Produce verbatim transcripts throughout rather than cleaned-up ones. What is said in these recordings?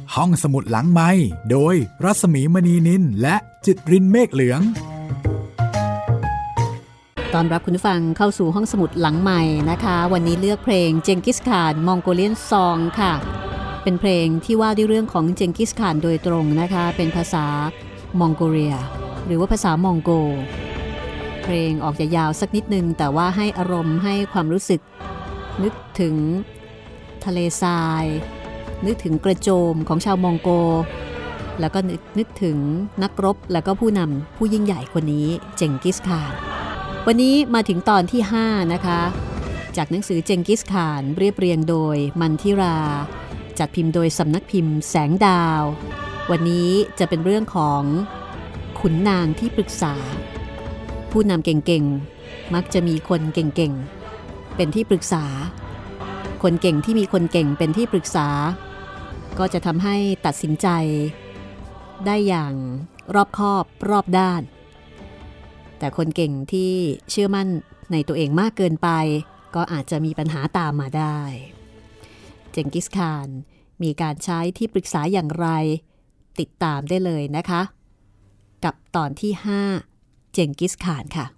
ห้องสมุดหลังไมค์โดยรัศมีมณีนินและจิตรินเมฆเหลืองตอนรับคุณผู้ฟังเข้าสู่ห้องสมุดหลังใหม่นะคะวันนี้เลือกเพลงเจงกิสข่านมองโกเลียนซองค่ะเป็นเพลงที่ว่าด้วยเรื่องของเจงกิสข่านโดยตรงนะคะเป็นภาษามองโกเลียหรือว่าภาษามองโกเพลงออกจะยาวสักนิดนึงแต่ว่าให้อารมณ์ให้ความรู้สึกนึกถึงทะเลทรายนึกถึงกระโจมของชาวมองโกแล้วก็นึกนึกถึงนักรบแล้วก็ผู้นำผู้ยิ่งใหญ่คนนี้เจงกิสข่านวันนี้มาถึงตอนที่ห้านะคะจากหนังสือเจงกิสข่านเรียบเรียงโดยมันทิราจัดพิมพ์โดยสำนักพิมพ์แสงดาววันนี้จะเป็นเรื่องของขุนนางที่ปรึกษาผู้นำเก่งๆมักจะมีคนเก่งๆเป็นที่ปรึกษาคนเก่งที่มีคนเก่งเป็นที่ปรึกษาก็จะทำให้ตัดสินใจได้อย่างรอบคอบรอบด้านแต่คนเก่งที่เชื่อมั่นในตัวเองมากเกินไปก็อาจจะมีปัญหาตามมาได้เจงกิสข่านมีการใช้ที่ปรึกษาอย่างไรติดตามได้เลยนะคะกับตอนที่ห้าเจงกิสข่านค่ะ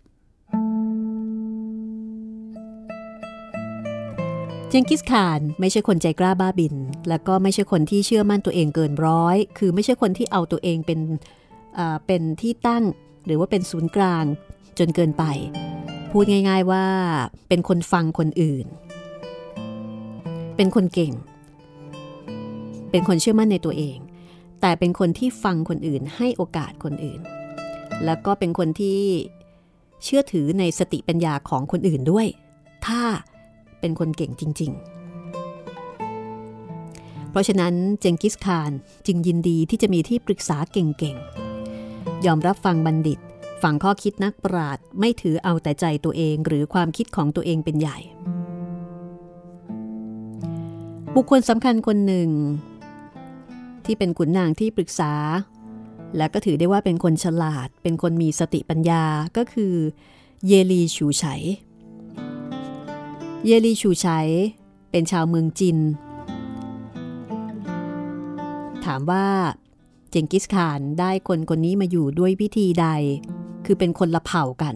เจงกิสข่านไม่ใช่คนใจกล้าบ้าบินแล้วก็ไม่ใช่คนที่เชื่อมั่นตัวเองเกินร้อยคือไม่ใช่คนที่เอาตัวเองเป็นอ่าเป็นที่ตั้งหรือว่าเป็นศูนย์กลางจนเกินไปพูดง่ายๆว่าเป็นคนฟังคนอื่นเป็นคนเก่งเป็นคนเชื่อมั่นในตัวเองแต่เป็นคนที่ฟังคนอื่นให้โอกาสคนอื่นแล้วก็เป็นคนที่เชื่อถือในสติปัญญาของคนอื่นด้วยถ้าเป็นคนเก่งจริงๆเพราะฉะนั้นเจงกิสข่านจึงยินดีที่จะมีที่ปรึกษาเก่งๆยอมรับฟังบัณฑิตฟังข้อคิดนักปราชญ์ไม่ถือเอาแต่ใจตัวเองหรือความคิดของตัวเองเป็นใหญ่บุคคลสำคัญคนหนึ่งที่เป็นขุนนางที่ปรึกษาและก็ถือได้ว่าเป็นคนฉลาดเป็นคนมีสติปัญญาก็คือเยลีฉูไฉเยลีฉูไฉเป็นชาวเมืองจินถามว่าเจงกิสข่านได้คนคนนี้มาอยู่ด้วยวิธีใดคือเป็นคนละเผ่ากัน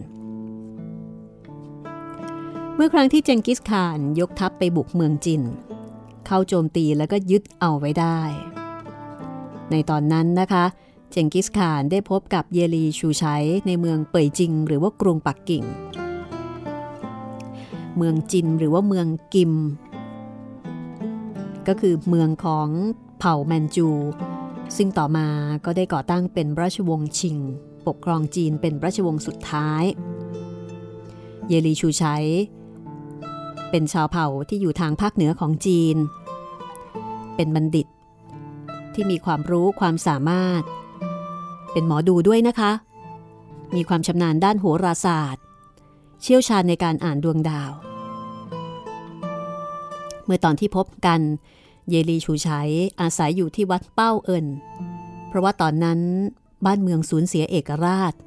เมื่อครั้งที่เจงกิสข่านยกทัพไปบุกเมืองจินเข้าโจมตีแล้วก็ยึดเอาไว้ได้ในตอนนั้นนะคะเจงกิสข่านได้พบกับเยลีฉูไฉในเมืองเป่ยจิงหรือว่ากรุงปักกิ่งเมืองจินหรือว่าเมืองกิมก็คือเมืองของเผ่าแมนจูซึ่งต่อมาก็ได้ก่อตั้งเป็นราชวงศ์ชิงปกครองจีนเป็นราชวงศ์สุดท้ายเยลีฉูไฉเป็นชาวเผ่าที่อยู่ทางภาคเหนือของจีนเป็นบัณฑิตที่มีความรู้ความสามารถเป็นหมอดูด้วยนะคะมีความชำนาญด้านโหราศาสตร์เชี่ยวชาญในการอ่านดวงดาวเมื่อตอนที่พบกันเยลีฉูไฉอาศัยอยู่ที่วัดเป้าเอินเพราะว่าตอนนั้นบ้านเมืองสูญเสียเอกราช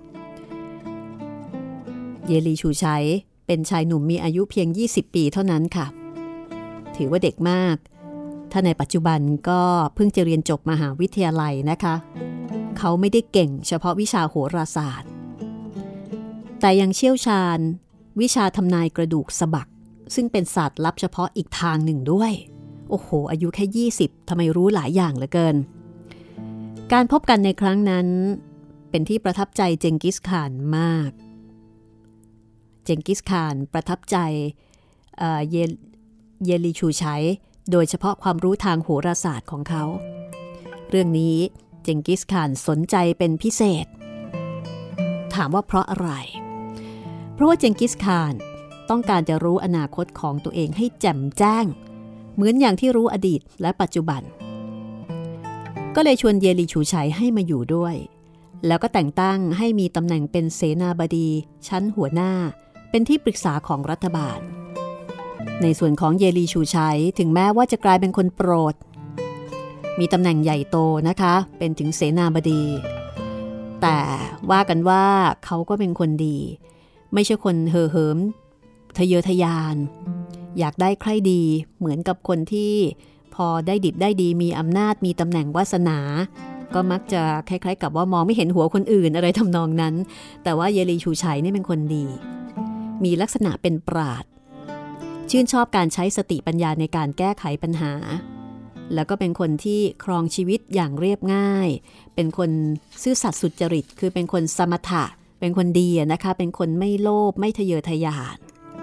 เยลีฉูไฉเป็นชายหนุ่มมีอายุเพียงยี่สิบปีเท่านั้นค่ะถือว่าเด็กมากถ้าในปัจจุบันก็เพิ่งจะเรียนจบมหาวิทยาลัยนะคะเขาไม่ได้เก่งเฉพาะวิชาโหราศาสตร์แต่ยังเชี่ยวชาญวิชาทำนายกระดูกสะบักซึ่งเป็นศาสตร์ลับเฉพาะอีกทางหนึ่งด้วยโอ้โหอายุแค่ยี่สิบทำไมรู้หลายอย่างเหลือเกินการพบกันในครั้งนั้นเป็นที่ประทับใจเจงกิสข่านมากเจงกิสข่านประทับใจเอ่อเยเยลีฉูไฉโดยเฉพาะความรู้ทางโหราศาสตร์ของเขาเรื่องนี้เจงกิสข่านสนใจเป็นพิเศษถามว่าเพราะอะไรเพราะว่าเจงกิสข่านต้องการจะรู้อนาคตของตัวเองให้แจ่มแจ้งเหมือนอย่างที่รู้อดีตและปัจจุบันก็เลยชวนเยลีฉูไฉให้มาอยู่ด้วยแล้วก็แต่งตั้งให้มีตำแหน่งเป็นเสนาบดีชั้นหัวหน้าเป็นที่ปรึกษาของรัฐบาลในส่วนของเยลีฉูไฉถึงแม้ว่าจะกลายเป็นคนโปรดมีตำแหน่งใหญ่โตนะคะเป็นถึงเสนาบดีแต่ว่ากันว่าเขาก็เป็นคนดีไม่ใช่คนเห่อเหิมทะเยอทะยานอยากได้ใครดีเหมือนกับคนที่พอได้ดิบได้ดีมีอำนาจมีตำแหน่งวาสนาก็มักจะคล้ายๆกับว่ามองไม่เห็นหัวคนอื่นอะไรทำนองนั้นแต่ว่าเยลีชูไฉนี่เป็นคนดีมีลักษณะเป็นปราชญ์ชื่นชอบการใช้สติปัญญาในการแก้ไขปัญหาแล้วก็เป็นคนที่ครองชีวิตอย่างเรียบง่ายเป็นคนซื่อสัตย์สุจริตคือเป็นคนสมถะเป็นคนดีนะคะเป็นคนไม่โลภไม่ทะเยอทะยาน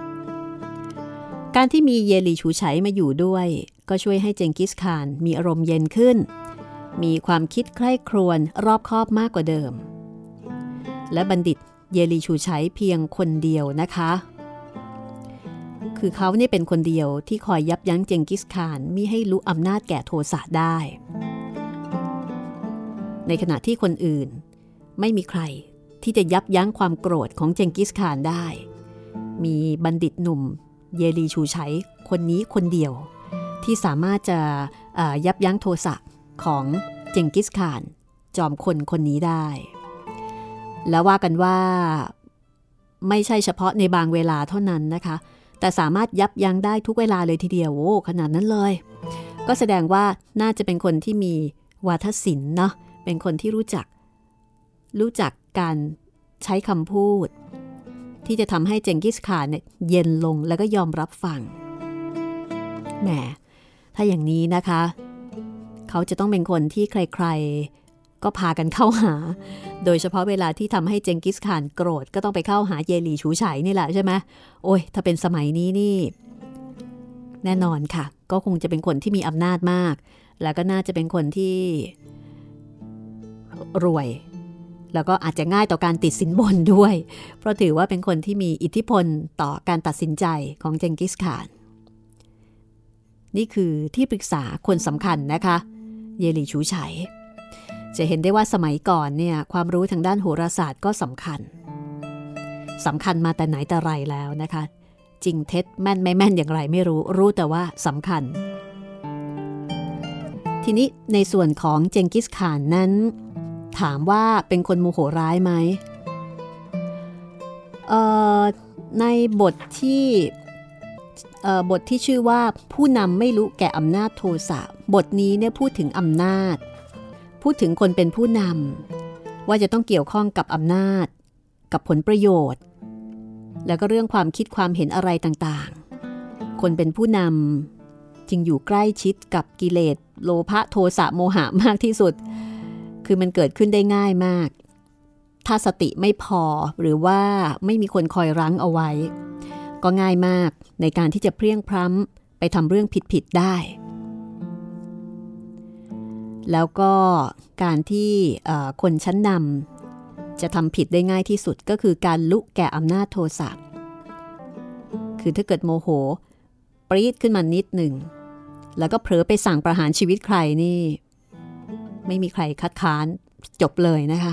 การที่มีเยลีชูไฉมาอยู่ด้วยก็ช่วยให้เจงกิสข่านมีอารมณ์เย็นขึ้นมีความคิดใคร่ครวญรอบคอบมากกว่าเดิมและบัณฑิตเยลีชูไฉเพียงคนเดียวนะคะคือเขาเนี่ยเป็นคนเดียวที่คอยยับยั้งเจงกิสข่านมิให้ลุกอำนาจแก่โทสะได้ในขณะที่คนอื่นไม่มีใครที่จะยับยั้งความโกรธของเจงกิสข่านได้มีบัณฑิตหนุ่มเยลีชูไฉคนนี้คนเดียวที่สามารถจะยับยั้งโทสะของเจงกิสข่านจอมคนคนนี้ได้แล้วว่ากันว่าไม่ใช่เฉพาะในบางเวลาเท่านั้นนะคะแต่สามารถยับยั้งได้ทุกเวลาเลยทีเดียวโอ้ขนาดนั้นเลยก็แสดงว่าน่าจะเป็นคนที่มีวาทศิลป์เนาะเป็นคนที่รู้จักรู้จักการใช้คำพูดที่จะทำให้เจงกิสข่านเนี่ยเย็นลงแล้วก็ยอมรับฟังแหมถ้าอย่างนี้นะคะเขาจะต้องเป็นคนที่ใครๆก็พากันเข้าหาโดยเฉพาะเวลาที่ทำให้เจงกิสข่านโกรธก็ต้องไปเข้าหาเยลีชูไฉนี่แหละใช่ไหมโอ้ยถ้าเป็นสมัยนี้นี่แน่นอนค่ะก็คงจะเป็นคนที่มีอำนาจมากแล้วก็น่าจะเป็นคนที่รวยแล้วก็อาจจะง่ายต่อการติดสินบนด้วยเพราะถือว่าเป็นคนที่มีอิทธิพลต่อการตัดสินใจของเจงกิสข่านนี่คือที่ปรึกษาคนสำคัญนะคะเยลีชูไฉจะเห็นได้ว่าสมัยก่อนเนี่ยความรู้ทางด้านโหราศาสตร์ก็สำคัญสำคัญมาแต่ไหนแต่ไรแล้วนะคะจริงเท็จแม่นไม่แม่นอย่างไรไม่รู้รู้แต่ว่าสำคัญทีนี้ในส่วนของเจงกิสข่านนั้นถามว่าเป็นคนโมโหร้ายไหมเอ่อในบทที่เอ่อบทที่ชื่อว่าผู้นำไม่รู้แก่อำนาจโทสะบทนี้เนี่ยพูดถึงอำนาจพูดถึงคนเป็นผู้นำว่าจะต้องเกี่ยวข้องกับอำนาจกับผลประโยชน์แล้วก็เรื่องความคิดความเห็นอะไรต่างๆคนเป็นผู้นำจึงอยู่ใกล้ชิดกับกิเลสโลภะโทสะโมหะมากที่สุดคือมันเกิดขึ้นได้ง่ายมากถ้าสติไม่พอหรือว่าไม่มีคนคอยรั้งเอาไว้ก็ง่ายมากในการที่จะเพลี้ยงพล้ำไปทำเรื่องผิดๆได้แล้วก็การที่คนชั้นนำจะทำผิดได้ง่ายที่สุดก็คือการลุแก่อำนาจโทสะคือถ้าเกิดโมโหปรี๊ดขึ้นมานิดหนึ่งแล้วก็เผลอไปสั่งประหารชีวิตใครนี่ไม่มีใครคัดค้านจบเลยนะคะ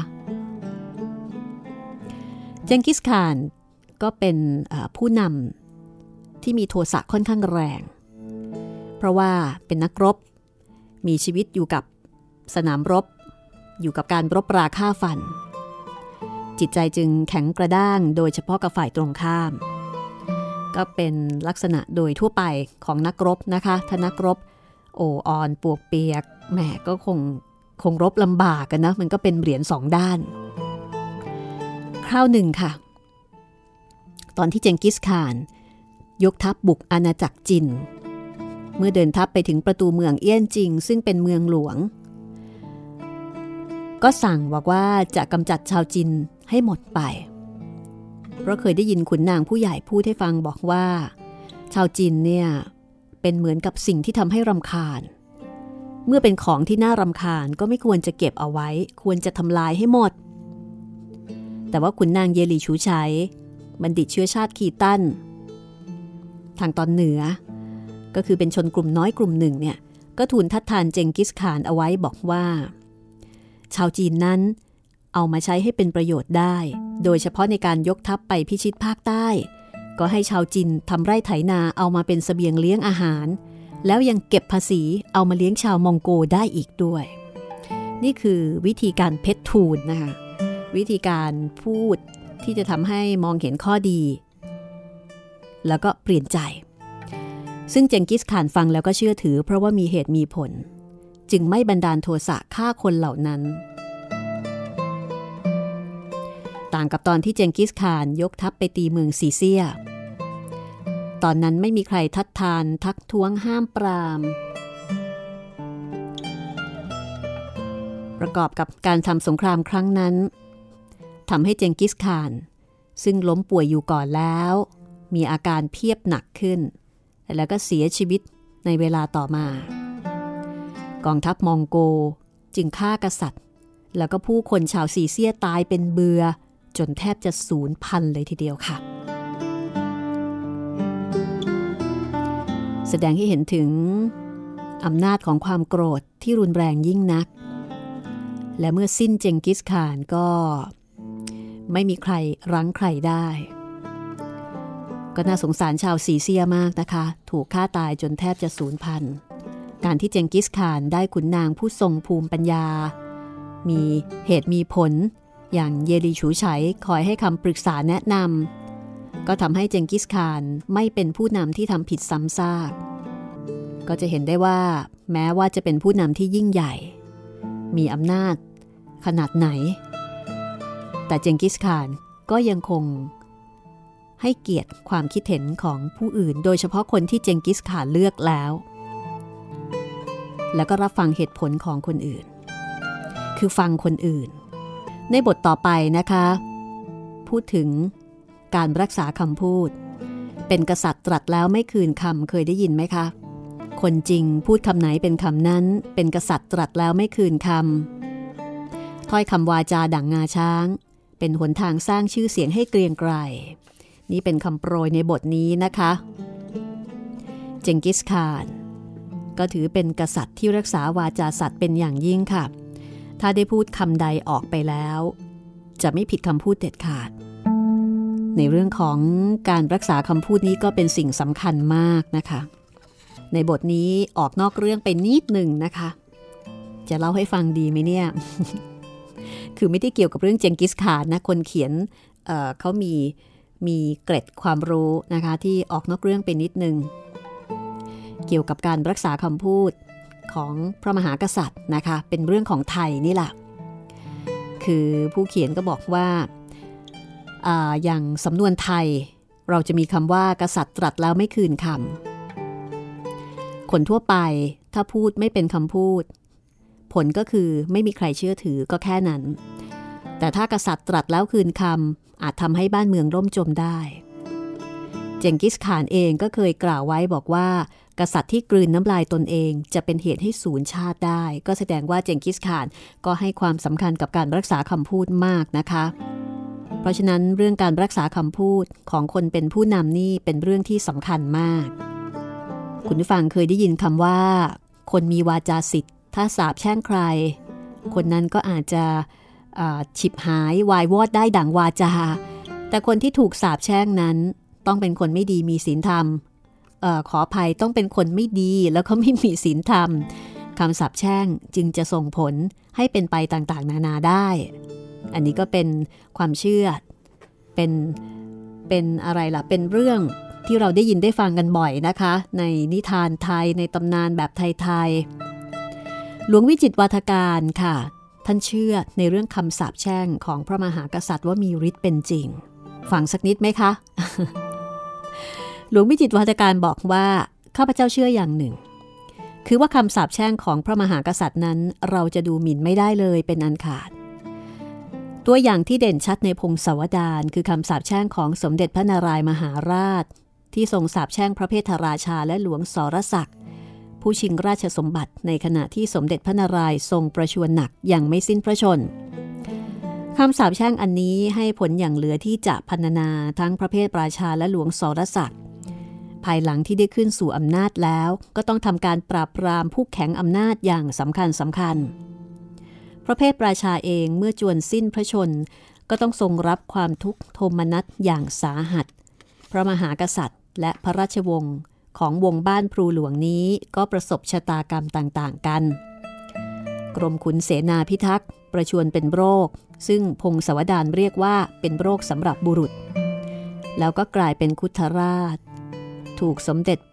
เจงกิสข่านก็เป็นผู้นำที่มีโทสะค่อนข้างแรงเพราะว่าเป็นนักรบมีชีวิตอยู่กับสนามรบอยู่กับการรบราฆ่าฟันจิตใจจึงแข็งกระด้างโดยเฉพาะกับฝ่ายตรงข้ามก็เป็นลักษณะโดยทั่วไปของนักรบนะคะถ้านักรบโอ้อ่อนปวกเปียกแหมก็คงคงรบลำบากกันนะมันก็เป็นเหรียญสองด้านคราวหนึ่งค่ะตอนที่เจงกิสข่านยกทัพบุกอาณาจักรจินเมื่อเดินทัพไปถึงประตูเมืองเอี้ยนจิงซึ่งเป็นเมืองหลวงก็สั่งบอกว่าจะกำจัดชาวจินให้หมดไปเพราะเคยได้ยินขุนนางผู้ใหญ่พูดให้ฟังบอกว่าชาวจินเนี่ยเป็นเหมือนกับสิ่งที่ทำให้รำคาญเมื่อเป็นของที่น่ารำคาญก็ไม่ควรจะเก็บเอาไว้ควรจะทำลายให้หมดแต่ว่าขุนนางเยลีชูไฉบัณฑิตเชื้อชาติคีตันทางตอนเหนือก็คือเป็นชนกลุ่มน้อยกลุ่มหนึ่งเนี่ยก็ทูลทัดทานเจงกิสข่านเอาไว้บอกว่าชาวจีนนั้นเอามาใช้ให้เป็นประโยชน์ได้โดยเฉพาะในการยกทัพไปพิชิตภาคใต้ก็ให้ชาวจีนทำไร่ไถนาเอามาเป็นเสบียงเลี้ยงอาหารแล้วยังเก็บภาษีเอามาเลี้ยงชาวมองโกได้อีกด้วยนี่คือวิธีการเพชรทูลนะคะวิธีการพูดที่จะทำให้มองเห็นข้อดีแล้วก็เปลี่ยนใจซึ่งเจงกิสข่านฟังแล้วก็เชื่อถือเพราะว่ามีเหตุมีผลจึงไม่บันดาลโทสะฆ่าคนเหล่านั้นต่างกับตอนที่เจงกิสข่านยกทัพไปตีเมืองซีเซียตอนนั้นไม่มีใครทัดทานทักท้วงห้ามปรามประกอบกับการทำสงครามครั้งนั้นทำให้เจงกิสข่านซึ่งล้มป่วยอยู่ก่อนแล้วมีอาการเพียบหนักขึ้นแล้วก็เสียชีวิตในเวลาต่อมากองทัพมองโกจึงฆ่ากษัตริย์แล้วก็ผู้คนชาวซีเซียตายเป็นเบื่อจนแทบจะสูญพันธุ์เลยทีเดียวค่ะแสดงให้เห็นถึงอำนาจของความโกรธที่รุนแรงยิ่งนักและเมื่อสิ้นเจงกิสข่านก็ไม่มีใครรั้งใครได้ก็น่าสงสารชาวซีเซียมากนะคะถูกฆ่าตายจนแทบจะสูญพันธุ์การที่เจงกิสข่านได้ขุนนางผู้ทรงภูมิปัญญามีเหตุมีผลอย่างเยลีฉูไฉคอยให้คำปรึกษาแนะนำก็ทำให้เจงกิสข่านไม่เป็นผู้นำที่ทำผิดซ้ำซากก็จะเห็นได้ว่าแม้ว่าจะเป็นผู้นำที่ยิ่งใหญ่มีอำนาจขนาดไหนแต่เจงกิสข่านก็ยังคงให้เกียรติความคิดเห็นของผู้อื่นโดยเฉพาะคนที่เจงกิสข่านเลือกแล้วแล้วก็รับฟังเหตุผลของคนอื่นคือฟังคนอื่นในบทต่อไปนะคะพูดถึงการรักษาคำพูดเป็นกษัตริย์ตรัสแล้วไม่คืนคำเคยได้ยินไหมคะคนจริงพูดคำไหนเป็นคำนั้นเป็นกษัตริย์ตรัสแล้วไม่คืนคำถ้อยคำวาจาดั่งงาช้างเป็นหนทางสร้างชื่อเสียงให้เกรียงไกรนี่เป็นคำโปรยในบทนี้นะคะเจงกิสข่านก็ถือเป็นกษัตริย์ที่รักษาวาจาสัตย์เป็นอย่างยิ่งค่ะถ้าได้พูดคำใดออกไปแล้วจะไม่ผิดคำพูดเด็ดขาดในเรื่องของการรักษาคำพูดนี้ก็เป็นสิ่งสำคัญมากนะคะในบทนี้ออกนอกเรื่องไปนิดหนึ่งนะคะจะเล่าให้ฟังดีไหมเนี่ย คือไม่ได้เกี่ยวกับเรื่องเจงกิสข่านนะคนเขียน เอ่อ เขามีมีเกร็ดความรู้นะคะที่ออกนอกเรื่องไปนิดหนึ่งเกี่ยวกับการรักษาคำพูดของพระมหากษัตริย์นะคะเป็นเรื่องของไทยนี่แหละคือผู้เขียนก็บอกว่าอ่าอย่างสำนวนไทยเราจะมีคำว่ากษัตริย์ตรัสแล้วไม่คืนคำคนทั่วไปถ้าพูดไม่เป็นคำพูดผลก็คือไม่มีใครเชื่อถือก็แค่นั้นแต่ถ้ากษัตริย์ตรัสแล้วคืนคำอาจทำให้บ้านเมืองล่มจมได้เจงกิสข่านเองก็เคยกล่าวไว้บอกว่ากษัตริย์ที่กลืนน้ำลายตนเองจะเป็นเหตุให้สูญชาติได้ก็แสดงว่าเจงกิสข่านก็ให้ความสำคัญกับการรักษาคำพูดมากนะคะเพราะฉะนั้นเรื่องการรักษาคำพูดของคนเป็นผู้นำนี่เป็นเรื่องที่สำคัญมากคุณผู้ฟังเคยได้ยินคำว่าคนมีวาจาสิทธิ์ถ้าสาปแช่งใครคนนั้นก็อาจจะฉิบหายวายวอดได้ดั่งวาจาแต่คนที่ถูกสาปแช่งนั้นต้องเป็นคนไม่ดีมีศีลธรรมเอ่อขออภัยต้องเป็นคนไม่ดีแล้วก็ไม่มีศีลธรรมคำสาปแช่งจึงจะส่งผลให้เป็นไปต่างๆนานาได้อันนี้ก็เป็นความเชื่อเป็นเป็นอะไรล่ะเป็นเรื่องที่เราได้ยินได้ฟังกันบ่อยนะคะในนิทานไทยในตำนานแบบไทยๆหลวงวิจิตรวาทการค่ะท่านเชื่อในเรื่องคำสาปแช่งของพระมหากษัตริย์ว่ามีฤทธิ์เป็นจริงฟังสักนิดไหมคะ หลวงวิจิตรวาทการบอกว่าข้าพเจ้าเชื่ออย่างหนึ่งคือว่าคำสาปแช่งของพระมหากษัตริย์นั้นเราจะดูหมิ่นไม่ได้เลยเป็นอันขาดตัวอย่างที่เด่นชัดในพงศาวดารคือคำสาปแช่งของสมเด็จพระนารายณ์มหาราชที่ทรงสาปแช่งพระเพทราชาและหลวงสรศักดิ์ผู้ชิงราชสมบัติในขณะที่สมเด็จพระนารายณ์ทรงประชวรหนักอย่างไม่สิ้นพระชนคำสาปแช่งอันนี้ให้ผลอย่างเหลือที่จะพรรณนาทั้งพระเพทราชาและหลวงสรศักดิ์ภายหลังที่ได้ขึ้นสู่อำนาจแล้วก็ต้องทำการปราบปรามผู้แข็งอำนาจอย่างสำคัญสำคัญพระเพทราชาเองเมื่อจวนสิ้นพระชนก็ต้องทรงรับความทุกข์โทมนัสอย่างสาหัสพระมหากษัตริย์และพระราชวงศ์ของวงบ้านพลูหลวงนี้ก็ประสบชะตากรรมต่างๆกันกรมขุนเสนาพิทักษ์ประชวรเป็นโรคซึ่งพงศาวดารเรียกว่าเป็นโรคสำหรับบุรุษแล้วก็กลายเป็นคุถราชถูกสมเด็จ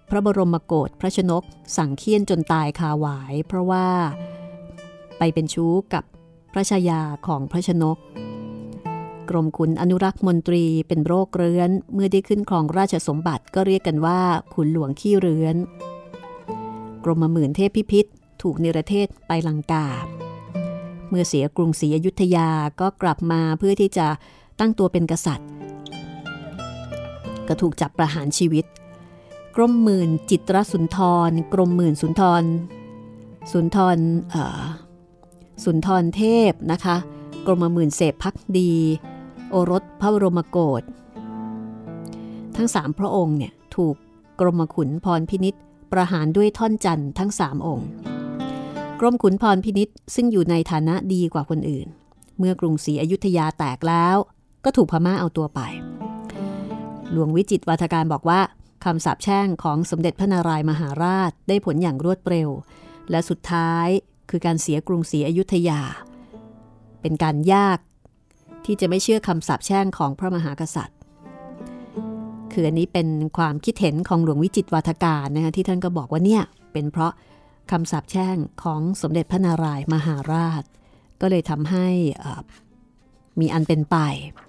พระบรมโกศพระชนกสั่งเคี่ยนจนตายคาหวายเพราะว่าไปเป็นชู้กับพระชายาของพระชนกกรมขุนอนุรักษ์มนตรีเป็นโรคเรื้อนเมื่อได้ขึ้นครองราชสมบัติก็เรียกกันว่าขุนหลวงขี้เรื้อนกรมหมื่นเทพพิพิธถูกเนรเทศไปลังกาเมื่อเสียกรุงศรีอยุธยาก็กลับมาเพื่อที่จะตั้งตัวเป็นกษัตริย์ก็ถูกจับประหารชีวิตกรมหมื่นจิตรสุนทรกรมหมื่นสุนทรสุนทรเอ่อสุนทรเทพนะคะกรมหมื่นเสพภักดีโอรสพระบรมโกศทั้งสามพระองค์เนี่ยถูกกรมขุนพรพินิจประหารด้วยท่อนจันทร์ทั้งสามองค์กรมขุนพรพินิจซึ่งอยู่ในฐานะดีกว่าคนอื่นเมื่อกรุงศรีอยุธยาแตกแล้วก็ถูกพม่าเอาตัวไปหลวงวิจิตรวาทการบอกว่าคำสาปแช่งของสมเด็จพระนารายมหาราชได้ผลอย่างรวดเร็วและสุดท้ายคือการเสียกรุงศรีอยุธยาเป็นการยากที่จะไม่เชื่อคำสาปแช่งของพระมหากษัตริย์คืออันนี้เป็นความคิดเห็นของหลวงวิจิตรวาทการนะคะที่ท่านก็บอกว่าเนี่ยเป็นเพราะคำสาปแช่งของสมเด็จพระนารายมหาราชก็เลยทำให้มีอันเป็นไป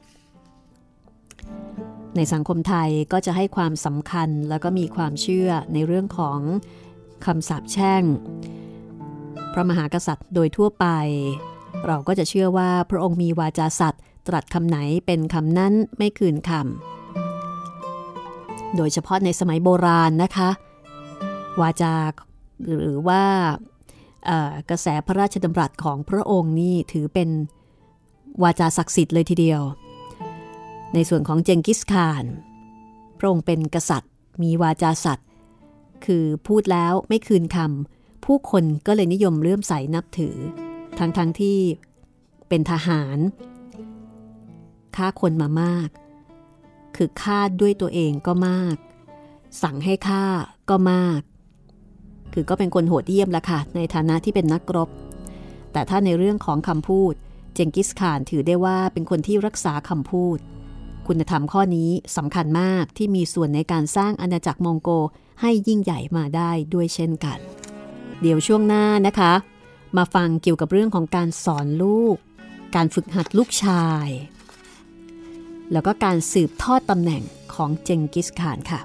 ในสังคมไทยก็จะให้ความสำคัญแล้วก็มีความเชื่อในเรื่องของคำสาปแช่งพระมหากษัตริย์โดยทั่วไปเราก็จะเชื่อว่าพระองค์มีวาจาสัตย์ตรัสคำไหนเป็นคำนั้นไม่คืนคำโดยเฉพาะในสมัยโบราณนะคะวาจาหรือว่ากระแสพระราชดำรัสของพระองค์นี่ถือเป็นวาจาศักดิ์สิทธิ์เลยทีเดียวในส่วนของเจงกิสข่านพระองค์เป็นกษัตริย์มีวาจาสัตย์คือพูดแล้วไม่คืนคำผู้คนก็เลยนิยมเลื่อมใสนับถือทั้งๆ ท, ที่เป็นทหารฆ่าคนมามากคือฆ่าด้วยตัวเองก็มากสั่งให้ฆ่าก็มากคือก็เป็นคนโหดเหี้ยมละค่ะในฐานะที่เป็นนักรบแต่ถ้าในเรื่องของคำพูดเจงกิสข่านถือได้ว่าเป็นคนที่รักษาคำพูดคุณธรรมข้อนี้สำคัญมากที่มีส่วนในการสร้างอาณาจักรมองโกให้ยิ่งใหญ่มาได้ด้วยเช่นกันเดี๋ยวช่วงหน้านะคะมาฟังเกี่ยวกับเรื่องของการสอนลูกการฝึกหัดลูกชายแล้วก็การสืบทอดตำแหน่งของเจงกิสข่านค่ะ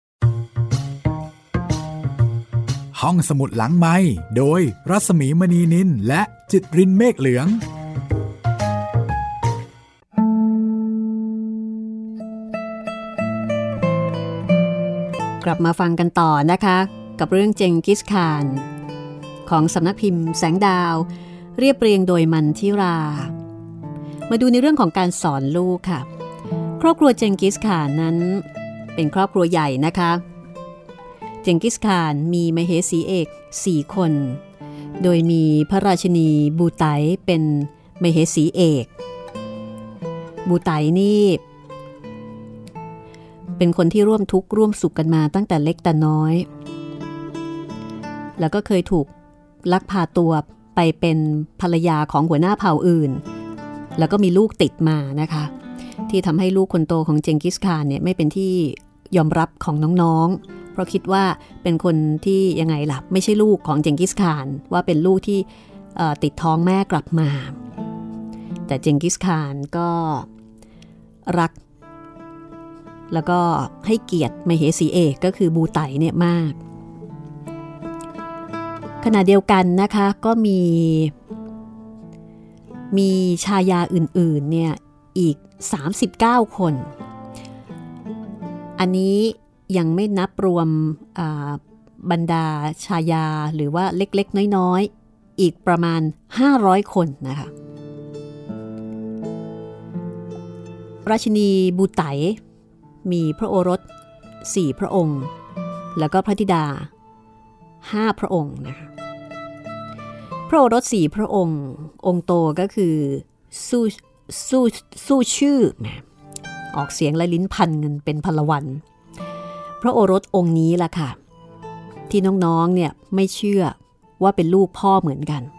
ห้องสมุดหลังไมค์โดยรัศมีมณีนินและจิตรินเมฆเหลืองกลับมาฟังกันต่อนะคะกับเรื่องเจงกิสข่านของสำนักพิมพ์แสงดาวเรียบเรียงโดยมันทิรามาดูในเรื่องของการสอนลูกค่ะครอบครัวเจงกิสข่านนั้นเป็นครอบครัวใหญ่นะคะเจงกิสข่านมีมเหสีเอกสี่คนโดยมีพระราชินีบูไตเป็นมเหสีเอกบูไตนี่เป็นคนที่ร่วมทุกข์ร่วมสุขกันมาตั้งแต่เล็กแต่น้อยแล้วก็เคยถูกลักพาตัวไปเป็นภรรยาของหัวหน้าเผ่าอื่นแล้วก็มีลูกติดมานะคะที่ทำให้ลูกคนโตของเจงกิสข่านเนี่ยไม่เป็นที่ยอมรับของน้องๆเพราะคิดว่าเป็นคนที่ยังไงล่ะไม่ใช่ลูกของเจงกิสข่านว่าเป็นลูกที่ติดท้องแม่กลับมาแต่เจงกิสข่านก็รักแล้วก็ให้เกียรติมเหสีเอกก็คือบูไตเนี่ยมากขณะเดียวกันนะคะก็มีมีชายาอื่นๆเนี่ยอีกสามสิบเก้าคนอันนี้ยังไม่นับรวมบรรดาชายาหรือว่าเล็กๆน้อยๆอีกประมาณห้าร้อยคนนะคะราชินีบูไตมีพระโอรสสี่พระองค์แล้วก็พระธิดาห้าพระองค์นะคะพระโอรสสี่พระองค์องค์โตก็คือสู้สู้สู้ชื่อนะออกเสียงและลิ้นพันกันเป็นพลวันพระโอรสองค์นี้ล่ะค่ะที่น้องๆเนี่ยไม่เชื่อว่าเป็นลูกพ่อเหมือนกัน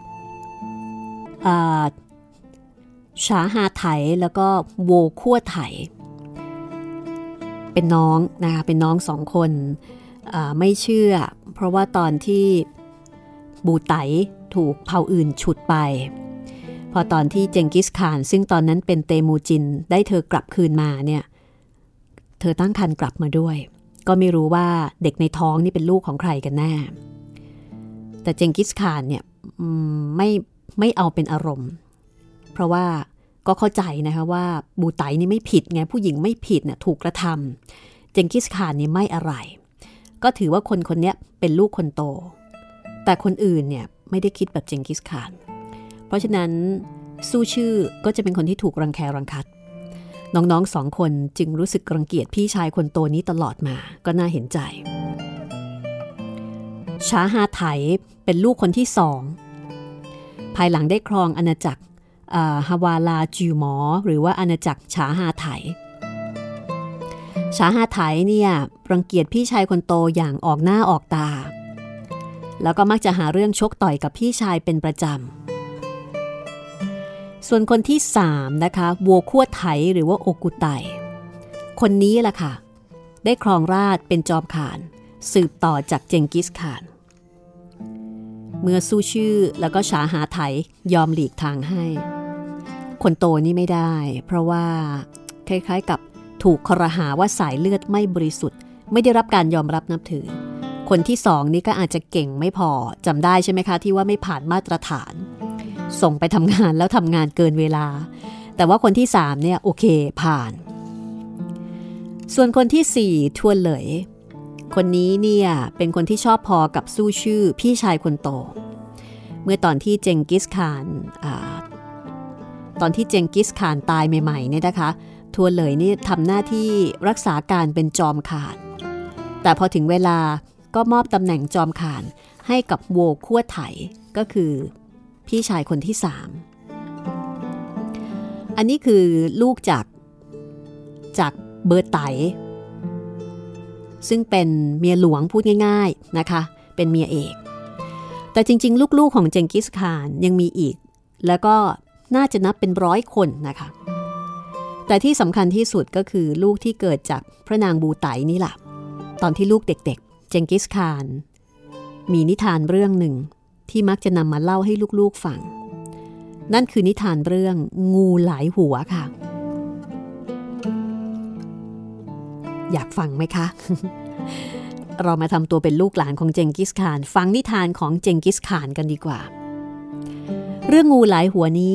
ชาฮาไถแล้วก็โวคั่วไถเป็นน้องนะคะเป็นน้องสองคนไม่เชื่อเพราะว่าตอนที่บูไตถูกเผ่าอื่นฉุดไปพอตอนที่เจงกิสข่านซึ่งตอนนั้นเป็นเตมูจินได้เธอกลับคืนมาเนี่ยเธอตั้งครรภ์กลับมาด้วยก็ไม่รู้ว่าเด็กในท้องนี่เป็นลูกของใครกันแน่แต่เจงกิสข่านเนี่ยไม่ไม่เอาเป็นอารมณ์เพราะว่าก็เข้าใจนะคะว่าบูไตนี่ไม่ผิดไงผู้หญิงไม่ผิดน่ะถูกกระทำเจงกิสข่านนี่ไม่อะไรก็ถือว่าคนคนนี้เป็นลูกคนโตแต่คนอื่นเนี่ยไม่ได้คิดแบบเจงกิสข่านเพราะฉะนั้นสู้ชื่อก็จะเป็นคนที่ถูกรังแครังคัดน้องๆสองคนจึงรู้สึกรังเกียจพี่ชายคนโตนี้ตลอดมาก็น่าเห็นใจช้าฮาไถเป็นลูกคนที่สองภายหลังได้ครองอาณาจักรฮาวาลาจิวหมอหรือว่าอาณาจักรช้าฮาไถช้าฮาไถเนี่ยรังเกียจพี่ชายคนโตอย่างออกหน้าออกตาแล้วก็มักจะหาเรื่องชกต่อยกับพี่ชายเป็นประจำส่วนคนที่สามนะคะโวคั่วไถหรือว่าโอกุไตคนนี้ล่ะค่ะได้ครองราชย์เป็นจอมข่านสืบต่อจากเจงกิสข่านเมื่อสู้ชื่อแล้วก็ช้าฮาไถยอมหลีกทางให้คนโตนี่ไม่ได้เพราะว่าคล้ายๆกับถูกครหาว่าสายเลือดไม่บริสุทธิ์ไม่ได้รับการยอมรับนับถือคนที่สองนี่ก็อาจจะเก่งไม่พอจำได้ใช่ไหมคะที่ว่าไม่ผ่านมาตรฐานส่งไปทำงานแล้วทำงานเกินเวลาแต่ว่าคนที่สามเนี่ยโอเคผ่านส่วนคนที่สี่ทวนเหลยคนนี้เนี่ยเป็นคนที่ชอบพอกับสู้ชื่อพี่ชายคนโตเมื่อตอนที่เจงกิสข่านตอนที่เจงกิสข่านตายใหม่ๆเนี่ยนะคะทวนเหลยนี่ทำหน้าที่รักษาการเป็นจอมข่านแต่พอถึงเวลาก็มอบตำแหน่งจอมข่านให้กับโวคั่วไถก็คือพี่ชายคนที่สามอันนี้คือลูกจากจากเบอร์ไตซึ่งเป็นเมียหลวงพูดง่ายๆนะคะเป็นเมียเอกแต่จริงๆลูกๆของเจงกิสข่านยังมีอีกแล้วก็น่าจะนับเป็นร้อยคนนะคะแต่ที่สำคัญที่สุดก็คือลูกที่เกิดจากพระนางบูไตนี่แหละตอนที่ลูกเด็กๆเจงกิสข่านมีนิทานเรื่องหนึ่งที่มักจะนำมาเล่าให้ลูกๆฟังนั่นคือนิทานเรื่องงูหลายหัวค่ะอยากฟังไหมคะ เรามาทำตัวเป็นลูกหลานของเจงกิสข่านฟังนิทานของเจงกิสข่านกันดีกว่าเรื่องงูหลายหัวนี้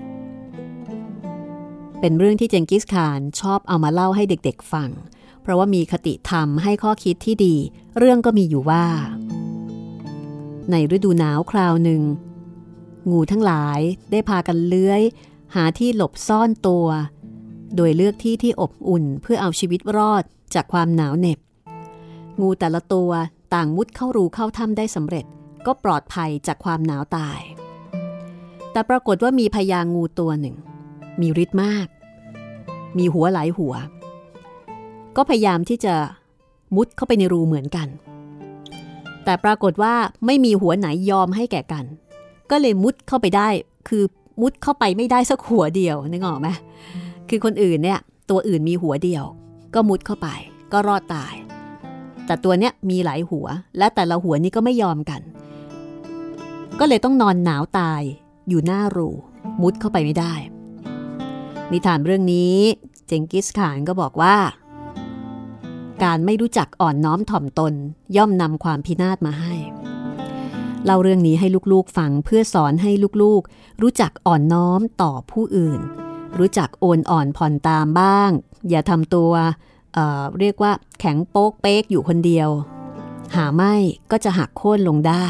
เป็นเรื่องที่เจงกิสข่านชอบเอามาเล่าให้เด็กๆฟังเพราะว่ามีคติธรรมให้ข้อคิดที่ดีเรื่องก็มีอยู่ว่าในฤดูหนาวคราวหนึ่งงูทั้งหลายได้พากันเลื้อยหาที่หลบซ่อนตัวโดยเลือกที่ที่อบอุ่นเพื่อเอาชีวิตรอดจากความหนาวเหน็บงูแต่ละตัวต่างมุดเข้ารูเข้าถ้ำได้สำเร็จก็ปลอดภัยจากความหนาวตายแต่ปรากฏว่ามีพญางูตัวหนึ่งมีฤทธิ์มากมีหัวหลายหัวก็พยายามที่จะมุดเข้าไปในรูเหมือนกันแต่ปรากฏว่าไม่มีหัวไหนยอมให้แก่กันก็เลยมุดเข้าไปได้คือมุดเข้าไปไม่ได้สักหัวเดียวนึกออกไหมคือคนอื่นเนี่ยตัวอื่นมีหัวเดียวก็มุดเข้าไปก็รอดตายแต่ตัวเนี้ยมีหลายหัวและแต่ละหัวนี้ก็ไม่ยอมกันก็เลยต้องนอนหนาวตายอยู่หน้ารูมุดเข้าไปไม่ได้นิทานเรื่องนี้เจงกิสข่านก็บอกว่าการไม่รู้จักอ่อนน้อมถ่อมตนย่อมนำความพินาศมาให้เล่าเรื่องนี้ให้ลูกๆฟังเพื่อสอนให้ลูกๆรู้จักอ่อนน้อมต่อผู้อื่นรู้จักโอนอ่อนผ่อนตามบ้างอย่าทำตัว เอ่อ เรียกว่าแข็งโป๊กเป๊กอยู่คนเดียวหาไม่ก็จะหักโค่นลงได้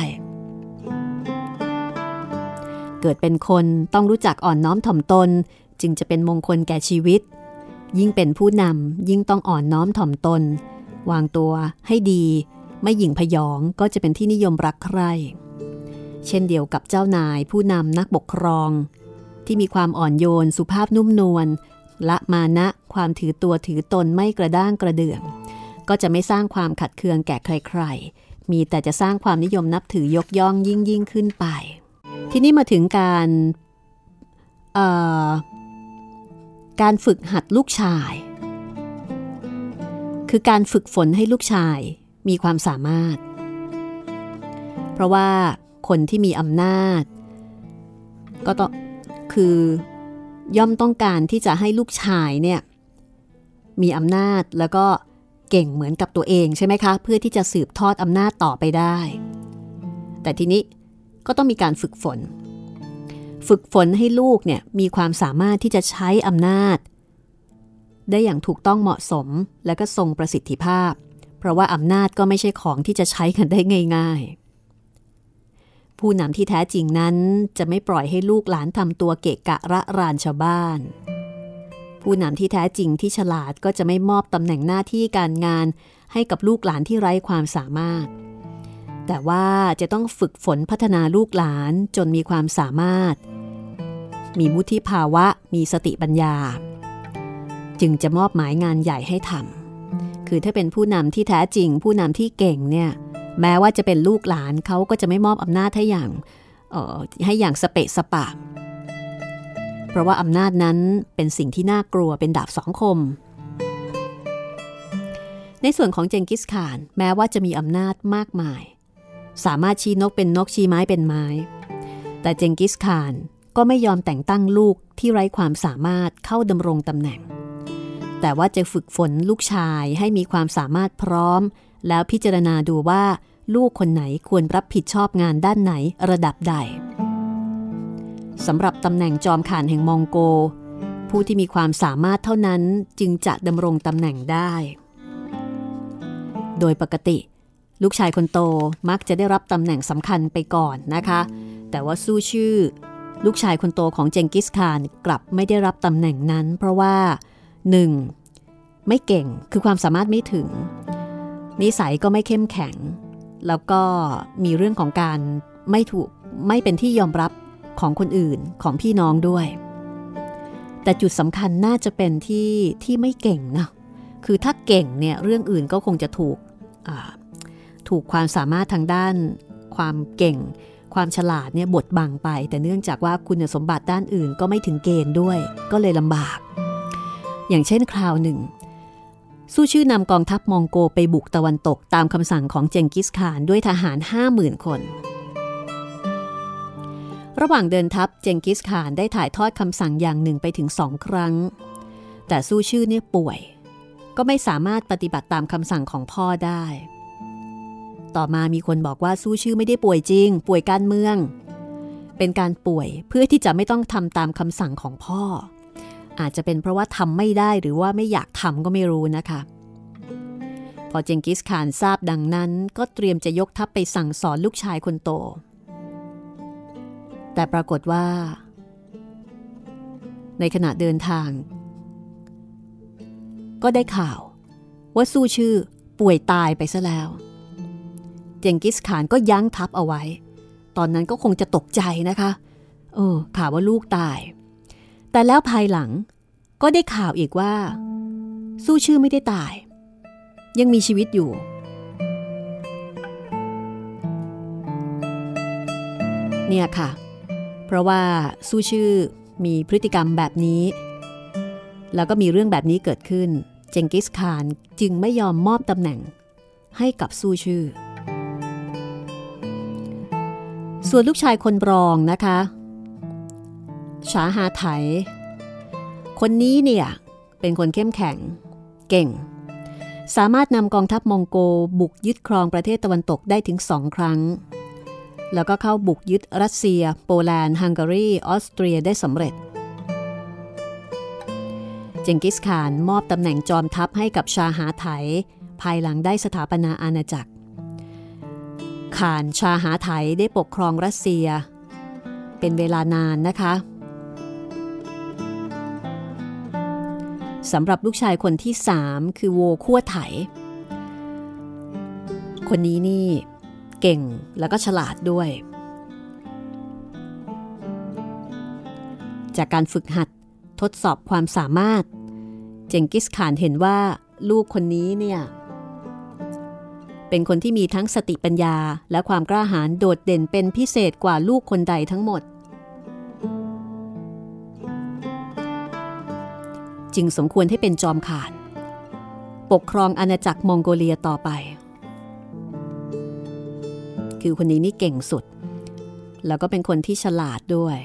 เกิดเป็นคนต้องรู้จักอ่อนน้อมถ่อมตนจึงจะเป็นมงคลแก่ชีวิตยิ่งเป็นผู้นำยิ่งต้องอ่อนน้อมถ่อมตนวางตัวให้ดีไม่หยิ่งพยองก็จะเป็นที่นิยมรักใคร่เช่นเดียวกับเจ้านายผู้นำนักปกครองที่มีความอ่อนโยนสุภาพนุ่มนวลละมานะความถือตัวถือตนไม่กระด้างกระเดื่องก็จะไม่สร้างความขัดเคืองแก่ใครๆมีแต่จะสร้างความนิยมนับถือยกย่องยิ่งยิ่งขึ้นไปทีนี้มาถึงการเอ่อการฝึกหัดลูกชายคือการฝึกฝนให้ลูกชายมีความสามารถเพราะว่าคนที่มีอำนาจก็ต้องคือย่อมต้องการที่จะให้ลูกชายเนี่ยมีอำนาจแล้วก็เก่งเหมือนกับตัวเองใช่ไหมคะเพื่อที่จะสืบทอดอำนาจต่อไปได้แต่ทีนี้ก็ต้องมีการฝึกฝนฝึกฝนให้ลูกเนี่ยมีความสามารถที่จะใช้อำนาจได้อย่างถูกต้องเหมาะสมและก็ทรงประสิทธิภาพเพราะว่าอำนาจก็ไม่ใช่ของที่จะใช้กันได้ง่ายๆผู้นำที่แท้จริงนั้นจะไม่ปล่อยให้ลูกหลานทำตัวเกะกะระรานชาวบ้านผู้นำที่แท้จริงที่ฉลาดก็จะไม่มอบตำแหน่งหน้าที่การงานให้กับลูกหลานที่ไร้ความสามารถแต่ว่าจะต้องฝึกฝนพัฒนาลูกหลานจนมีความสามารถมีวุฒิภาวะมีสติปัญญาจึงจะมอบหมายงานใหญ่ให้ทำคือถ้าเป็นผู้นำที่แท้จริงผู้นำที่เก่งเนี่ยแม้ว่าจะเป็นลูกหลานเขาก็จะไม่มอบอำนาจให้อย่างเอ่อให้อย่างสเปะสปะเพราะว่าอำนาจนั้นเป็นสิ่งที่น่ากลัวเป็นดาบสองคมในส่วนของเจงกิสข่านแม้ว่าจะมีอำนาจมากมายสามารถชี้นกเป็นนกชี้ไม้เป็นไม้แต่เจงกิสข่านก็ไม่ยอมแต่งตั้งลูกที่ไร้ความสามารถเข้าดำรงตำแหน่งแต่ว่าจะฝึกฝนลูกชายให้มีความสามารถพร้อมแล้วพิจารณาดูว่าลูกคนไหนควรรับผิดชอบงานด้านไหนระดับใดสำหรับตำแหน่งจอมข่านแห่งมองโกผู้ที่มีความสามารถเท่านั้นจึงจะดำรงตำแหน่งได้โดยปกติลูกชายคนโตมักจะได้รับตำแหน่งสำคัญไปก่อนนะคะแต่ว่าซู่ชื่อลูกชายคนโตของเจงกิสข่านกลับไม่ได้รับตำแหน่งนั้นเพราะว่า หนึ่ง. ไม่เก่งคือความสามารถไม่ถึงนิสัยก็ไม่เข้มแข็งแล้วก็มีเรื่องของการไม่ถูกไม่เป็นที่ยอมรับของคนอื่นของพี่น้องด้วยแต่จุดสำคัญน่าจะเป็นที่ที่ไม่เก่งนะคือถ้าเก่งเนี่ยเรื่องอื่นก็คงจะถูกถูกความสามารถทางด้านความเก่งความฉลาดเนี่ยบดบังไปแต่เนื่องจากว่าคุณสมบัติด้านอื่นก็ไม่ถึงเกณฑ์ด้วยก็เลยลำบากอย่างเช่นคราวหนึ่งสู้ชื่อนำกองทัพมองโกไปบุกตะวันตกตามคำสั่งของเจงกิสข่านด้วยทหาร ห้าหมื่น คนระหว่างเดินทัพเจงกิสข่านได้ถ่ายทอดคำสั่งอย่างหนึ่งไปถึงสองครั้งแต่สู้ชื่อเนี่ยป่วยก็ไม่สามารถปฏิบัติตามคำสั่งของพ่อได้ต่อมามีคนบอกว่าสู้ชื่อไม่ได้ป่วยจริงป่วยการเมืองเป็นการป่วยเพื่อที่จะไม่ต้องทำตามคำสั่งของพ่ออาจจะเป็นเพราะว่าทำไม่ได้หรือว่าไม่อยากทำก็ไม่รู้นะคะพอเจงกิสข่านทราบดังนั้นก็เตรียมจะยกทัพไปสั่งสอนลูกชายคนโตแต่ปรากฏว่าในขณะเดินทางก็ได้ข่าวว่าสู้ชื่อป่วยตายไปซะแล้วเจงกิสข่านก็ยั้งทัพเอาไว้ตอนนั้นก็คงจะตกใจนะคะเออข่าวว่าลูกตายแต่แล้วภายหลังก็ได้ข่าวอีกว่าสู้ชื่อไม่ได้ตายยังมีชีวิตอยู่เนี่ยค่ะเพราะว่าสู้ชื่อมีพฤติกรรมแบบนี้แล้วก็มีเรื่องแบบนี้เกิดขึ้นเจงกิสข่านจึงไม่ยอมมอบตำแหน่งให้กับสู้ชื่อส่วนลูกชายคนรองนะคะชาฮาไถคนนี้เนี่ยเป็นคนเข้มแข็งเก่งสามารถนำกองทัพมองโกบุกยึดครองประเทศตะวันตกได้ถึงสองครั้งแล้วก็เข้าบุกยึดรัสเซียโปแลนด์ฮังการีออสเตรียได้สำเร็จเจงกิสข่านมอบตำแหน่งจอมทัพให้กับชาฮาไถภายหลังได้สถาปนาอาณาจักรข่านชาฮาไถได้ปกครองรัสเซียเป็นเวลานานนะคะสำหรับลูกชายคนที่สามคือโวคั่วไถคนนี้นี่เก่งแล้วก็ฉลาดด้วยจากการฝึกหัดทดสอบความสามารถเจงกิสข่านเห็นว่าลูกคนนี้เนี่ยเป็นคนที่มีทั้งสติปัญญาและความกล้าหาญโดดเด่นเป็นพิเศษกว่าลูกคนใดทั้งหมดจึงสมควรให้เป็นจอมข่านปกครองอาณาจักรมองโกเลียต่อไปคือคนนี้นี่เก่งสุดแล้วก็เป็นคนที่ฉลาดด้วย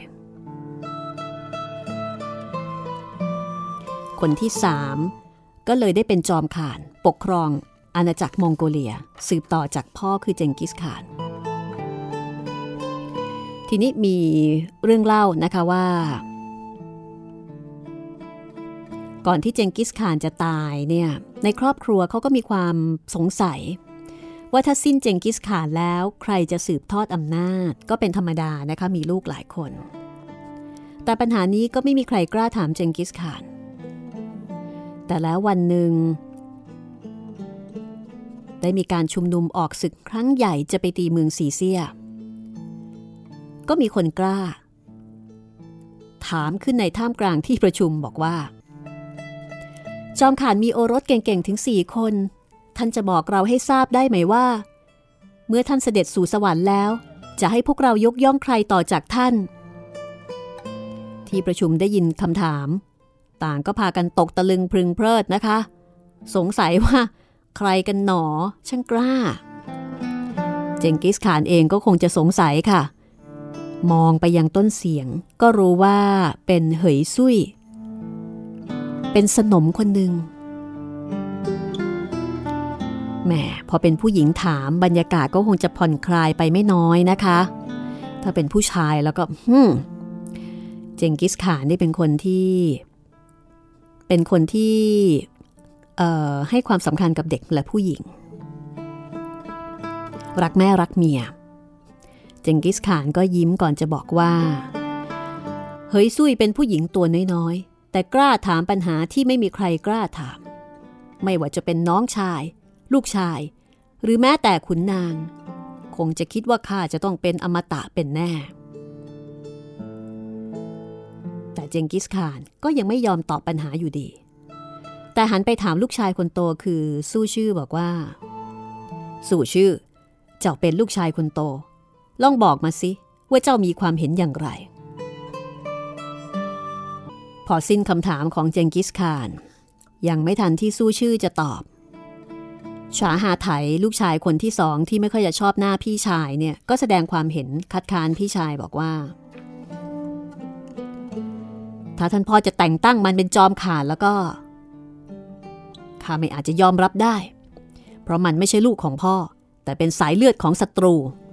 คนที่สามก็เลยได้เป็นจอมข่านปกครองอาณาจักรมองโกเลียสืบต่อจากพ่อคือเจงกิสข่านทีนี้มีเรื่องเล่านะคะว่าก่อนที่เจงกิสข่านจะตายเนี่ยในครอบครัวเขาก็มีความสงสัยว่าถ้าสิ้นเจงกิสข่านแล้วใครจะสืบทอดอำนาจก็เป็นธรรมดานะคะมีลูกหลายคนแต่ปัญหานี้ก็ไม่มีใครกล้าถามเจงกิสข่านแต่แล้ววันหนึ่งได้มีการชุมนุมออกศึกครั้งใหญ่จะไปตีเมืองซีเซียก็มีคนกล้าถามขึ้นในท่ามกลางที่ประชุมบอกว่าจอมข่านมีโอรสเก่งๆถึงสี่คนท่านจะบอกเราให้ทราบได้ไหมว่าเมื่อท่านเสด็จสู่สวรรค์แล้วจะให้พวกเรายกย่องใครต่อจากท่านที่ประชุมได้ยินคำถามต่างก็พากันตกตะลึงพึงเพลิดนะคะสงสัยว่าใครกันหนอช่างกล้าเจงกิสข่านเองก็คงจะสงสัยค่ะมองไปยังต้นเสียงก็รู้ว่าเป็นเหยซุ่ยเป็นสนมคนหนึ่งแหมพอเป็นผู้หญิงถามบรรยากาศก็คงจะผ่อนคลายไปไม่น้อยนะคะถ้าเป็นผู้ชายแล้วก็ฮึมเจงกิสข่านนี่เป็นคนที่เป็นคนที่เอ่อให้ความสำคัญกับเด็กและผู้หญิงรักแม่รักเมียเจงกิสข่านก็ยิ้มก่อนจะบอกว่าเฮยซุ่ยเป็นผู้หญิงตัวน้อยๆแต่กล้าถามปัญหาที่ไม่มีใครกล้าถามไม่ว่าจะเป็นน้องชายลูกชายหรือแม้แต่ขุนนางคงจะคิดว่าข้าจะต้องเป็นอมตะเป็นแน่แต่เจงกิสข่านก็ยังไม่ยอมตอบปัญหาอยู่ดีแต่หันไปถามลูกชายคนโตคือสู้ชื่อบอกว่าสู้ชื่อเจ้าเป็นลูกชายคนโตลองบอกมาสิว่าเจ้ามีความเห็นอย่างไรพอสิ้นคำถามของเจงกิสข่านยังไม่ทันที่สู้ชื่อจะตอบฉาหาไถลูกชายคนที่สองที่ไม่ค่อยจะชอบหน้าพี่ชายเนี่ยก็แสดงความเห็นคัดค้านพี่ชายบอกว่าถ้าท่านพ่อจะแต่งตั้งมันเป็นจอมข่านแล้วก็ข้าไม่อาจจะยอมรับได้เพราะมันไม่ใช่ลูกของพ่อแต่เป็นสายเลือดของศัตรู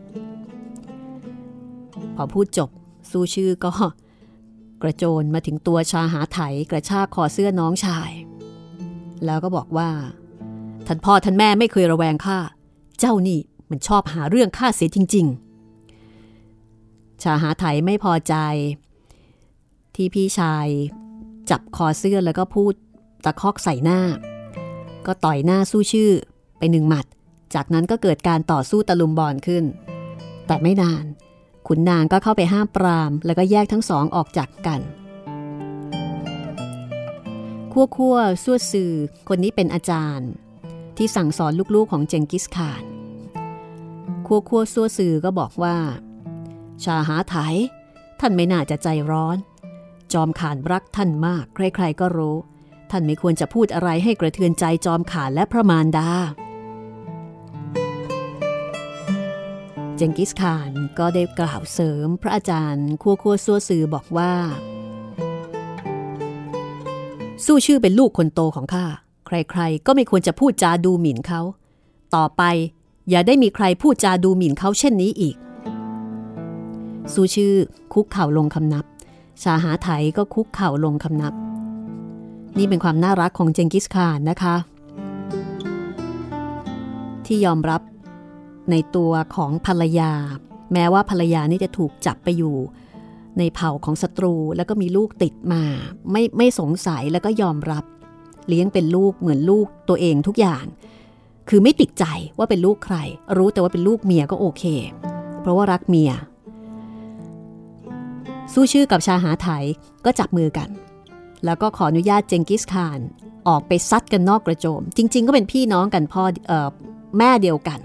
พอพูดจบสู้ชื่อก็กระโจนมาถึงตัวชาหาไถกระชากคอเสื้อน้องชายแล้วก็บอกว่าท่านพ่อท่านแม่ไม่เคยระแวงข้าเจ้านี่มันชอบหาเรื่องข้าเสียจริงๆชาหาไถไม่พอใจที่พี่ชายจับคอเสื้อแล้วก็พูดตะคอกใส่หน้าก็ต่อยหน้าสู้ชื่อไปหนึ่งหมัดจากนั้นก็เกิดการต่อสู้ตะลุมบอลขึ้นแต่ไม่นานขุนนางก็เข้าไปห้ามปรามแล้วก็แยกทั้งสองออกจากกันคั่วคั่วซั่วซือคนนี้เป็นอาจารย์ที่สั่งสอนลูกๆของเจงกิสข่านคั่วคั่วซั่วซือก็บอกว่าชาหาไถท่านไม่น่าจะใจร้อนจอมข่านรักท่านมากใครๆก็รู้ท่านไม่ควรจะพูดอะไรให้กระเทือนใจจอมข่านและพระมารดาเจงกิสข่านก็ได้กล่าวเสริมพระอาจารย์คั่วคั่วซั่วซือบอกว่าสู้ชื่อเป็นลูกคนโตของข้าใครๆก็ไม่ควรจะพูดจาดูหมิ่นเขาต่อไปอย่าได้มีใครพูดจาดูหมิ่นเขาเช่นนี้อีกสู้ชื่อคุกเข่าลงคำนับชาหาไถก็คุกเข่าลงคำนับนี่เป็นความน่ารักของเจงกิสข่านนะคะที่ยอมรับในตัวของภรรยาแม้ว่าภรรยานี่จะถูกจับไปอยู่ในเผ่าของศัตรูแล้วก็มีลูกติดมาไม่ไม่สงสัยแล้วก็ยอมรับเลี้ยงเป็นลูกเหมือนลูกตัวเองทุกอย่างคือไม่ติดใจว่าเป็นลูกใครรู้แต่ว่าเป็นลูกเมียก็โอเคเพราะว่ารักเมียสู้ชื่อกับชาหาไถก็จับมือกันแล้วก็ขออนุญาตเจงกิสข่านออกไปซัดกันนอกกระโจมจริงๆก็เป็นพี่น้องกันพ่อเอ่อแม่เดียวกัน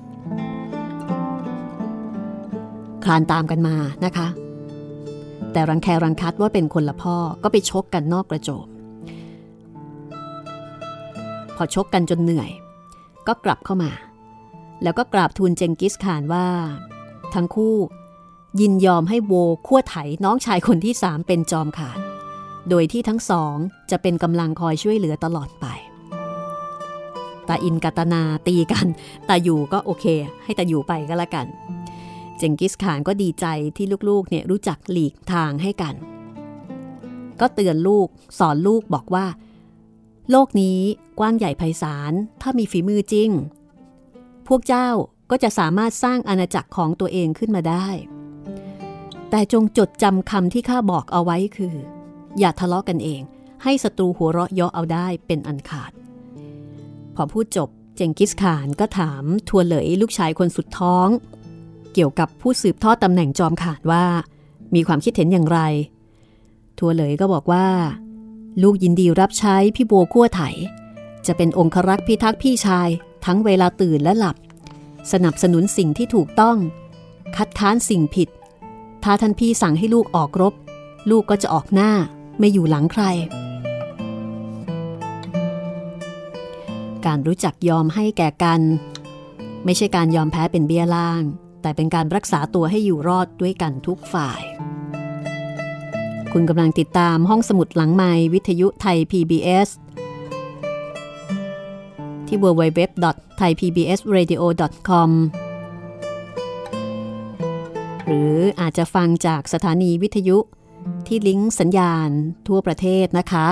คลานตามกันมานะคะแต่รังแครังคัดว่าเป็นคนละพ่อก็ไปชกกันนอกกระโจมพอชกกันจนเหนื่อยก็กลับเข้ามาแล้วก็กราบทูลเจงกิสข่านว่าทั้งคู่ยินยอมให้โวขั้วไถน้องชายคนที่สามเป็นจอมข่านโดยที่ทั้งสองจะเป็นกำลังคอยช่วยเหลือตลอดไปตาอินกับตานาตีกันตาอยู่ก็โอเคให้ตาอยู่ไปก็แล้วกันเจงกิสข่านก็ดีใจที่ลูกๆเนี่ยรู้จักหลีกทางให้กันก็เตือนลูกสอนลูกบอกว่าโลกนี้กว้างใหญ่ไพศาลถ้ามีฝีมือจริงพวกเจ้าก็จะสามารถสร้างอาณาจักรของตัวเองขึ้นมาได้แต่จงจดจำคำที่ข้าบอกเอาไว้คืออย่าทะเลาะกันเองให้ศัตรูหัวเราะเยาะเอาได้เป็นอันขาดพอพูดจบเจงกิสข่านก็ถามทัวเหลยลูกชายคนสุดท้องเกี่ยวกับผู้สืบทอดตำแหน่งจอมข่านว่ามีความคิดเห็นอย่างไรทัวเหลยก็บอกว่าลูกยินดีรับใช้พี่โบกั้วไถจะเป็นองครักษ์พิทักษ์พี่ชายทั้งเวลาตื่นและหลับสนับสนุนสิ่งที่ถูกต้องคัดค้านสิ่งผิดถ้าท่านพี่สั่งให้ลูกออกรบลูกก็จะออกหน้าไม่อยู่หลังใครการรู้จักยอมให้แก่กันไม่ใช่การยอมแพ้เป็นเบี้ยล่างแต่เป็นการรักษาตัวให้อยู่รอดด้วยกันทุกฝ่ายคุณกำลังติดตามห้องสมุดหลังไมค์วิทยุไทย พี บี เอส ที่ ดับเบิลยู ดับเบิลยู ดับเบิลยู ดอท ไทย พี บี เอส เรดิโอ ดอท คอม หรืออาจจะฟังจากสถานีวิทยุที่ลิงก์สัญญาณทั่วประเทศนะคะ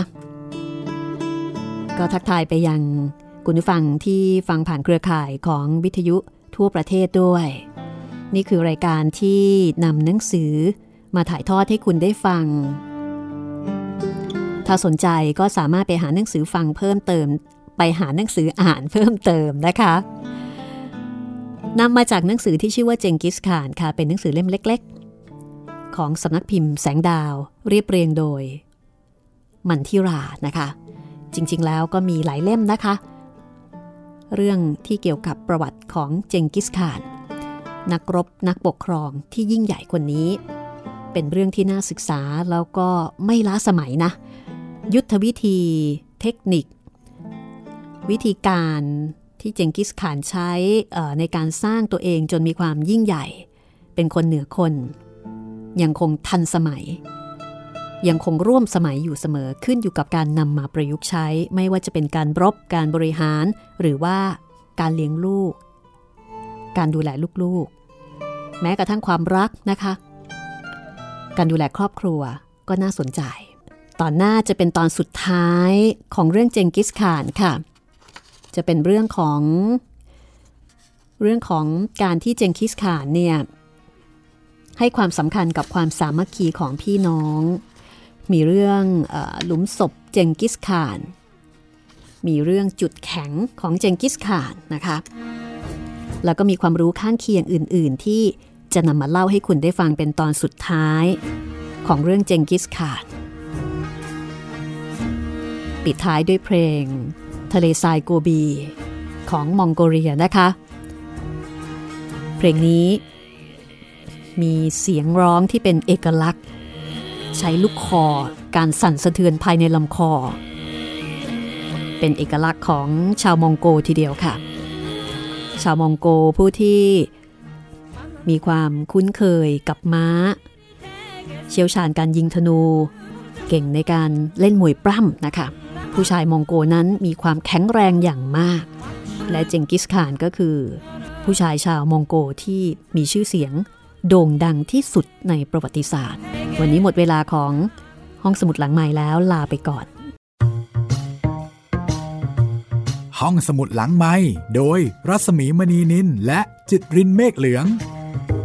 ก็ทักทายไปยังคุณผู้ฟังที่ฟังผ่านเครือข่ายของวิทยุทั่วประเทศด้วยนี่คือรายการที่นำหนังสือมาถ่ายทอดให้คุณได้ฟังถ้าสนใจก็สามารถไปหาหนังสือฟังเพิ่มเติมไปหาหนังสืออ่านเพิ่มเติมนะคะนำมาจากหนังสือที่ชื่อว่าเจงกิสข่านค่ะเป็นหนังสือเล่มเล็กๆของสำนักพิมพ์แสงดาวเรียบเรียงโดยมันทิรานะคะจริงๆแล้วก็มีหลายเล่มนะคะเรื่องที่เกี่ยวกับประวัติของเจงกิสข่านนักรบนักปกครองที่ยิ่งใหญ่คนนี้เป็นเรื่องที่น่าศึกษาแล้วก็ไม่ล้าสมัยนะยุทธวิธีเทคนิควิธีการที่เจงกิสข่านใช้ในการสร้างตัวเองจนมีความยิ่งใหญ่เป็นคนเหนือคนยังคงทันสมัยยังคงร่วมสมัยอยู่เสมอขึ้นอยู่กับการนำมาประยุกต์ใช้ไม่ว่าจะเป็นการรบการบริหารหรือว่าการเลี้ยงลูกการดูแลลูกๆแม้กระทั่งความรักนะคะการดูแลครอบครัวก็น่าสนใจตอนหน้าจะเป็นตอนสุดท้ายของเรื่องเจงกิสข่านค่ะจะเป็นเรื่องของเรื่องของการที่เจงกิสข่านเนี่ยให้ความสำคัญกับความสามัคคีของพี่น้องมีเรื่องเอ่อหลุมศพเจงกิสข่านมีเรื่องจุดแข็งของเจงกิสข่านนะคะแล้วก็มีความรู้ข้างเคียงอื่นๆที่จะนำมาเล่าให้คุณได้ฟังเป็นตอนสุดท้ายของเรื่องเจงกิสข่านปิดท้ายด้วยเพลงทะเลทรายโกบีของมองโกเลียนะคะเพลงนี้มีเสียงร้องที่เป็นเอกลักษณ์ใช้ลูกคอการสั่นสะเทือนภายในลำคอเป็นเอกลักษณ์ของชาวมองโกทีเดียวค่ะชาวมองโกผู้ที่มีความคุ้นเคยกับม้าเชี่ยวชาญการยิงธนูเก่งในการเล่นมวยปล้ำนะคะผู้ชายมองโกนั้นมีความแข็งแรงอย่างมากและเจงกิสข่านก็คือผู้ชายชาวมองโกที่มีชื่อเสียงโด่งดังที่สุดในประวัติศาสตร์วันนี้หมดเวลาของห้องสมุดหลังใหม่แล้วลาไปก่อนห้องสมุดหลังไมค์โดยรัศมีมณีนินและจิตรินเมฆเหลือง